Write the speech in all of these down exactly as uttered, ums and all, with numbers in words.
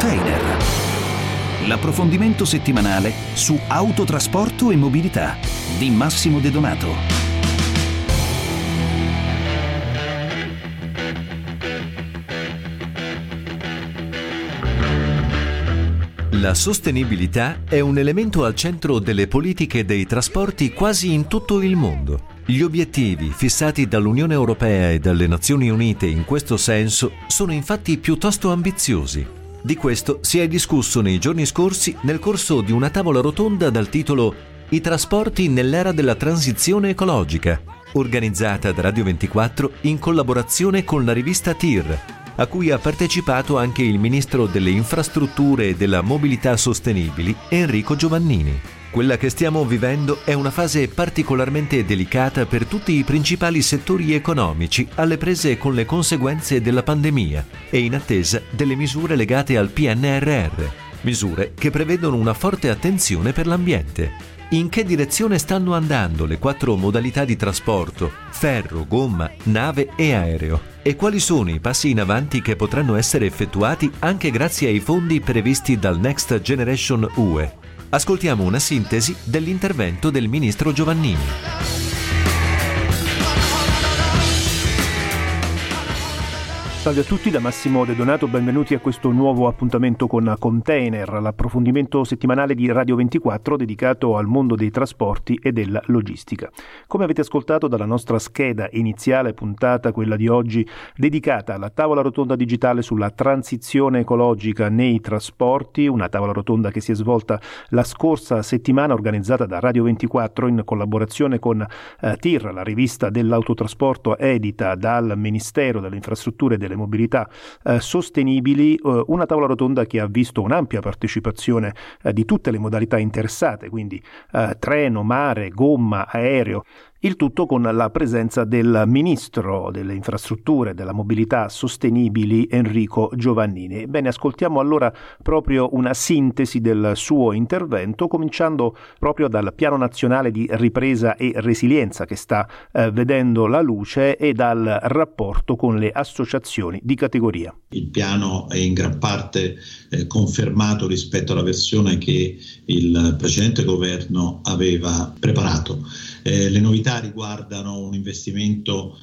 Container. L'approfondimento settimanale su autotrasporto e mobilità di Massimo De Donato. La sostenibilità è un elemento al centro delle politiche dei trasporti quasi in tutto il mondo. Gli obiettivi fissati dall'Unione Europea e dalle Nazioni Unite in questo senso sono infatti piuttosto ambiziosi. Di questo si è discusso nei giorni scorsi nel corso di una tavola rotonda dal titolo I trasporti nell'era della transizione ecologica, organizzata da Radio ventiquattro in collaborazione con la rivista T I R, a cui ha partecipato anche il ministro delle infrastrutture e della mobilità sostenibili, Enrico Giovannini. Quella che stiamo vivendo è una fase particolarmente delicata per tutti i principali settori economici alle prese con le conseguenze della pandemia e in attesa delle misure legate al P N R R, misure che prevedono una forte attenzione per l'ambiente. In che direzione stanno andando le quattro modalità di trasporto, ferro, gomma, nave e aereo? E quali sono i passi in avanti che potranno essere effettuati anche grazie ai fondi previsti dal Next Generation U E? Ascoltiamo una sintesi dell'intervento del ministro Giovannini. Salve a tutti, da Massimo De Donato, benvenuti a questo nuovo appuntamento con Container, l'approfondimento settimanale di Radio ventiquattro dedicato al mondo dei trasporti e della logistica. Come avete ascoltato dalla nostra scheda iniziale puntata, quella di oggi, dedicata alla tavola rotonda digitale sulla transizione ecologica nei trasporti, una tavola rotonda che si è svolta la scorsa settimana, organizzata da Radio ventiquattro in collaborazione con eh, T I R, la rivista dell'autotrasporto edita dal Ministero delle Infrastrutture e delle mobilità eh, sostenibili, eh, una tavola rotonda che ha visto un'ampia partecipazione eh, di tutte le modalità interessate, quindi eh, treno, mare, gomma, aereo. Il tutto con la presenza del Ministro delle Infrastrutture e della Mobilità Sostenibili Enrico Giovannini. Bene, ascoltiamo allora proprio una sintesi del suo intervento, cominciando proprio dal Piano Nazionale di Ripresa e Resilienza che sta eh, vedendo la luce e dal rapporto con le associazioni di categoria. Il piano è in gran parte eh, confermato rispetto alla versione che il precedente governo aveva preparato. Eh, le novità riguardano un investimento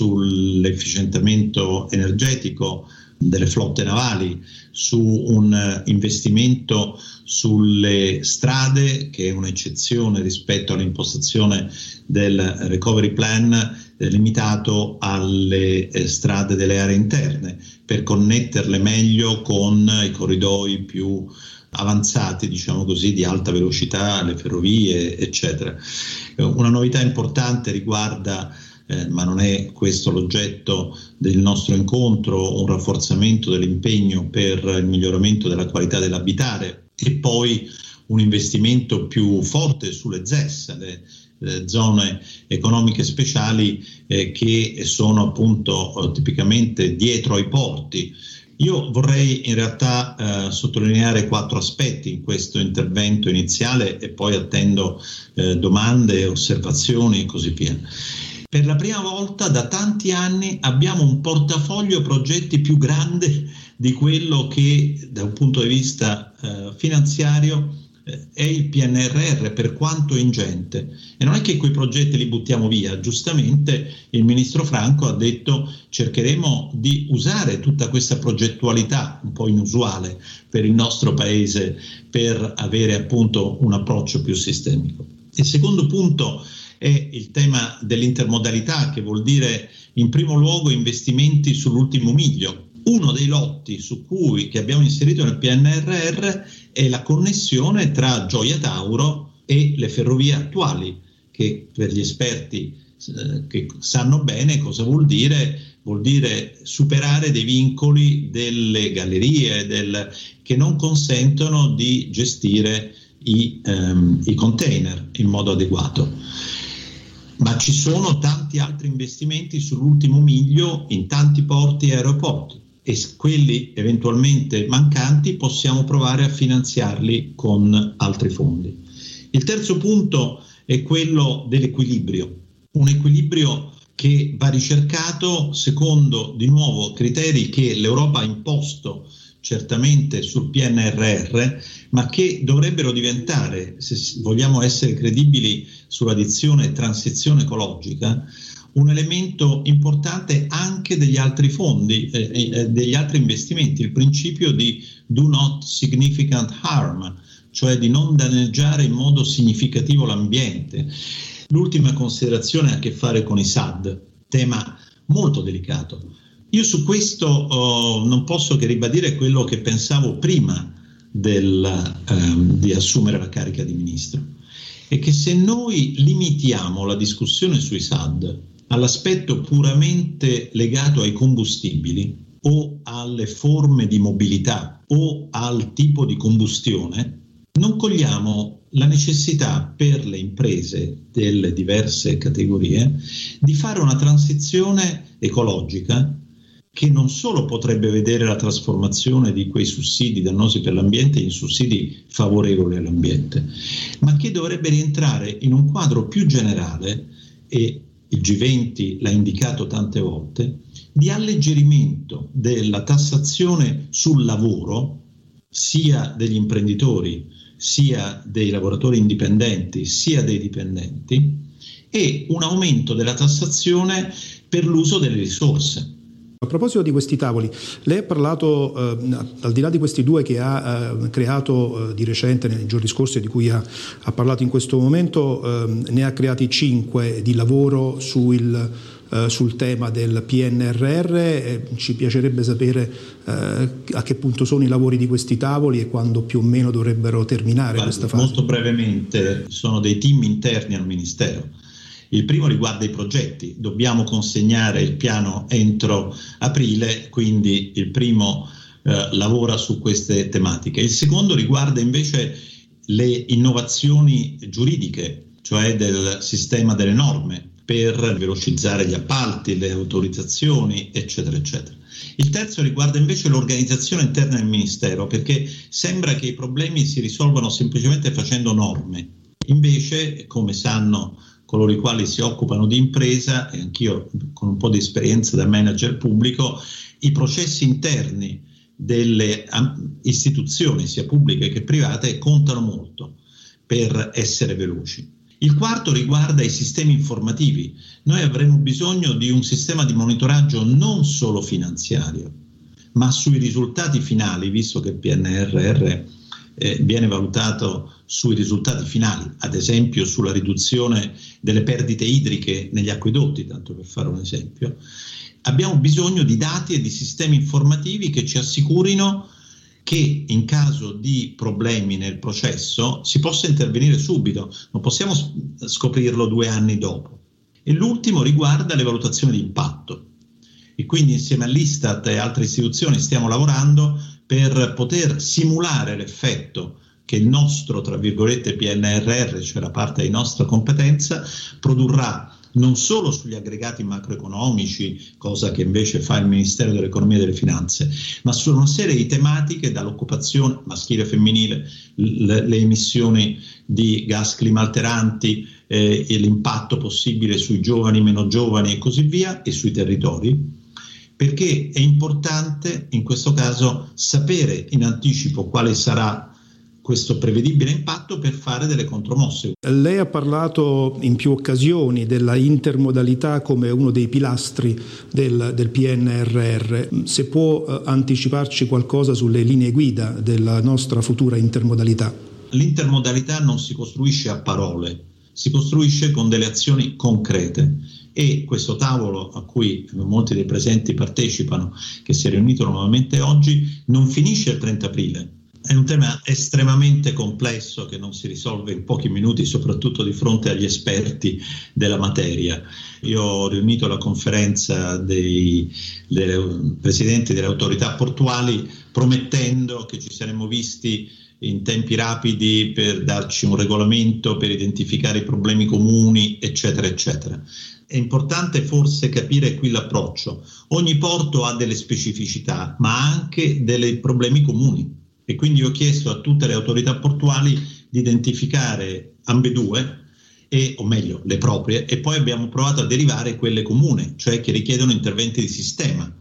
sull'efficientamento energetico delle flotte navali, su un investimento sulle strade, che è un'eccezione rispetto all'impostazione del recovery plan eh, limitato alle eh, strade delle aree interne, per connetterle meglio con i corridoi più avanzati, diciamo così, di alta velocità, le ferrovie, eccetera. Una novità importante riguarda, eh, ma non è questo l'oggetto del nostro incontro, un rafforzamento dell'impegno per il miglioramento della qualità dell'abitare e poi un investimento più forte sulle Z E S, le, le zone economiche speciali eh, che sono appunto tipicamente dietro ai porti. Io vorrei in realtà eh, sottolineare quattro aspetti in questo intervento iniziale e poi attendo eh, domande, osservazioni e così via. Per la prima volta da tanti anni abbiamo un portafoglio progetti più grande di quello che da un punto di vista eh, finanziario è il P N R R, per quanto ingente, e non è che quei progetti li buttiamo via. Giustamente il ministro Franco ha detto cercheremo di usare tutta questa progettualità un po' inusuale per il nostro paese per avere appunto un approccio più sistemico. Il secondo punto è il tema dell'intermodalità, che vuol dire in primo luogo investimenti sull'ultimo miglio. Uno dei lotti su cui che abbiamo inserito nel P N R R è la connessione tra Gioia Tauro e le ferrovie attuali, che per gli esperti eh, che sanno bene cosa vuol dire, vuol dire superare dei vincoli delle gallerie del, che non consentono di gestire i, ehm, i container in modo adeguato. Ma ci sono tanti altri investimenti sull'ultimo miglio in tanti porti e aeroporti, e quelli eventualmente mancanti possiamo provare a finanziarli con altri fondi. Il terzo punto è quello dell'equilibrio, un equilibrio che va ricercato secondo di nuovo criteri che l'Europa ha imposto certamente sul P N R R, ma che dovrebbero diventare, se vogliamo essere credibili sulla dizione transizione ecologica, un elemento importante anche degli altri fondi, eh, eh, degli altri investimenti, il principio di do not significant harm, cioè di non danneggiare in modo significativo l'ambiente. L'ultima considerazione ha a che fare con i S A D, tema molto delicato. Io su questo oh, non posso che ribadire quello che pensavo prima del, ehm, di assumere la carica di ministro, è che se noi limitiamo la discussione sui S A D all'aspetto puramente legato ai combustibili o alle forme di mobilità o al tipo di combustione, non cogliamo la necessità per le imprese delle diverse categorie di fare una transizione ecologica che non solo potrebbe vedere la trasformazione di quei sussidi dannosi per l'ambiente in sussidi favorevoli all'ambiente, ma che dovrebbe rientrare in un quadro più generale, e il G venti l'ha indicato tante volte, di alleggerimento della tassazione sul lavoro, sia degli imprenditori, sia dei lavoratori indipendenti, sia dei dipendenti, e un aumento della tassazione per l'uso delle risorse. A proposito di questi tavoli, lei ha parlato, eh, al di là di questi due che ha eh, creato eh, di recente nei giorni scorsi e di cui ha, ha parlato in questo momento, eh, ne ha creati cinque di lavoro sul, eh, sul tema del P N R R. Eh, ci piacerebbe sapere eh, a che punto sono i lavori di questi tavoli e quando più o meno dovrebbero terminare. Guarda, questa fase. Molto brevemente, sono dei team interni al Ministero. Il primo riguarda i progetti, dobbiamo consegnare il piano entro aprile, quindi il primo eh, lavora su queste tematiche. Il secondo riguarda invece le innovazioni giuridiche, cioè del sistema delle norme per velocizzare gli appalti, le autorizzazioni, eccetera, eccetera. Il terzo riguarda invece l'organizzazione interna del Ministero, perché sembra che i problemi si risolvano semplicemente facendo norme. Invece, come sanno coloro i quali si occupano di impresa, e anch'io con un po' di esperienza da manager pubblico, i processi interni delle istituzioni, sia pubbliche che private, contano molto per essere veloci. Il quarto riguarda i sistemi informativi. Noi avremo bisogno di un sistema di monitoraggio non solo finanziario, ma sui risultati finali, visto che il P N R R eh, viene valutato sui risultati finali, ad esempio sulla riduzione delle perdite idriche negli acquedotti, tanto per fare un esempio. Abbiamo bisogno di dati e di sistemi informativi che ci assicurino che in caso di problemi nel processo si possa intervenire subito, non possiamo scoprirlo due anni dopo. E l'ultimo riguarda le valutazioni di impatto. E quindi insieme all'Istat e altre istituzioni stiamo lavorando per poter simulare l'effetto che il nostro, tra virgolette, P N R R, cioè la parte di nostra competenza, produrrà non solo sugli aggregati macroeconomici, cosa che invece fa il Ministero dell'Economia e delle Finanze, ma su una serie di tematiche, dall'occupazione maschile e femminile, le, le emissioni di gas climalteranti, eh, e l'impatto possibile sui giovani, meno giovani e così via, e sui territori, perché è importante in questo caso sapere in anticipo quale sarà questo prevedibile impatto per fare delle contromosse. Lei ha parlato in più occasioni della intermodalità come uno dei pilastri del, del P N R R. Se può eh, anticiparci qualcosa sulle linee guida della nostra futura intermodalità? L'intermodalità non si costruisce a parole, si costruisce con delle azioni concrete. E questo tavolo a cui molti dei presenti partecipano, che si è riunito nuovamente oggi, non finisce il trenta aprile. È un tema estremamente complesso che non si risolve in pochi minuti, soprattutto di fronte agli esperti della materia. Io ho riunito la conferenza dei, dei presidenti delle autorità portuali promettendo che ci saremmo visti in tempi rapidi per darci un regolamento, per identificare i problemi comuni, eccetera, eccetera. È importante forse capire qui l'approccio. Ogni porto ha delle specificità, ma anche dei problemi comuni. E quindi ho chiesto a tutte le autorità portuali di identificare ambedue, e, o meglio, le proprie, e poi abbiamo provato a derivare quelle comuni, cioè che richiedono interventi di sistema.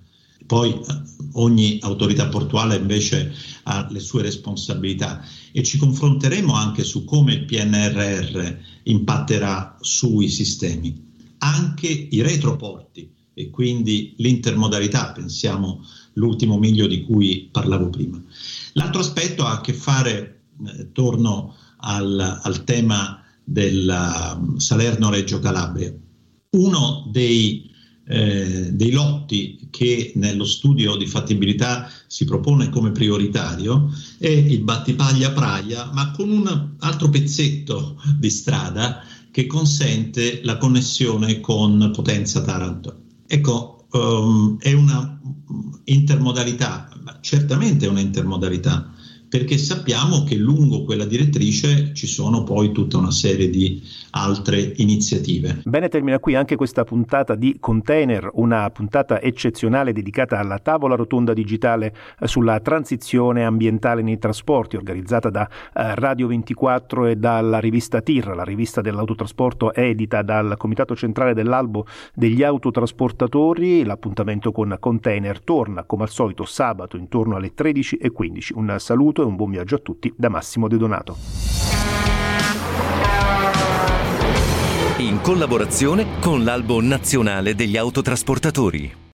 poi ogni autorità portuale invece ha le sue responsabilità, e ci confronteremo anche su come il P N R R impatterà sui sistemi, anche i retroporti e quindi l'intermodalità, pensiamo l'ultimo miglio di cui parlavo prima. L'altro aspetto ha a che fare, eh, torno al, al tema del Salerno-Reggio Calabria. Uno dei, eh, dei lotti che nello studio di fattibilità si propone come prioritario è il Battipaglia-Praia, ma con un altro pezzetto di strada che consente la connessione con Potenza-Taranto. Ecco, um, è una intermodalità, certamente è una intermodalità, perché sappiamo che lungo quella direttrice ci sono poi tutta una serie di altre iniziative. Bene, termina qui anche questa puntata di Container, una puntata eccezionale dedicata alla tavola rotonda digitale sulla transizione ambientale nei trasporti, organizzata da Radio ventiquattro e dalla rivista T I R, la rivista dell'autotrasporto edita dal Comitato Centrale dell'Albo degli Autotrasportatori. L'appuntamento con Container torna come al solito sabato intorno alle tredici e quindici. Un saluto e un buon viaggio a tutti da Massimo De Donato. In collaborazione con l'Albo Nazionale degli Autotrasportatori.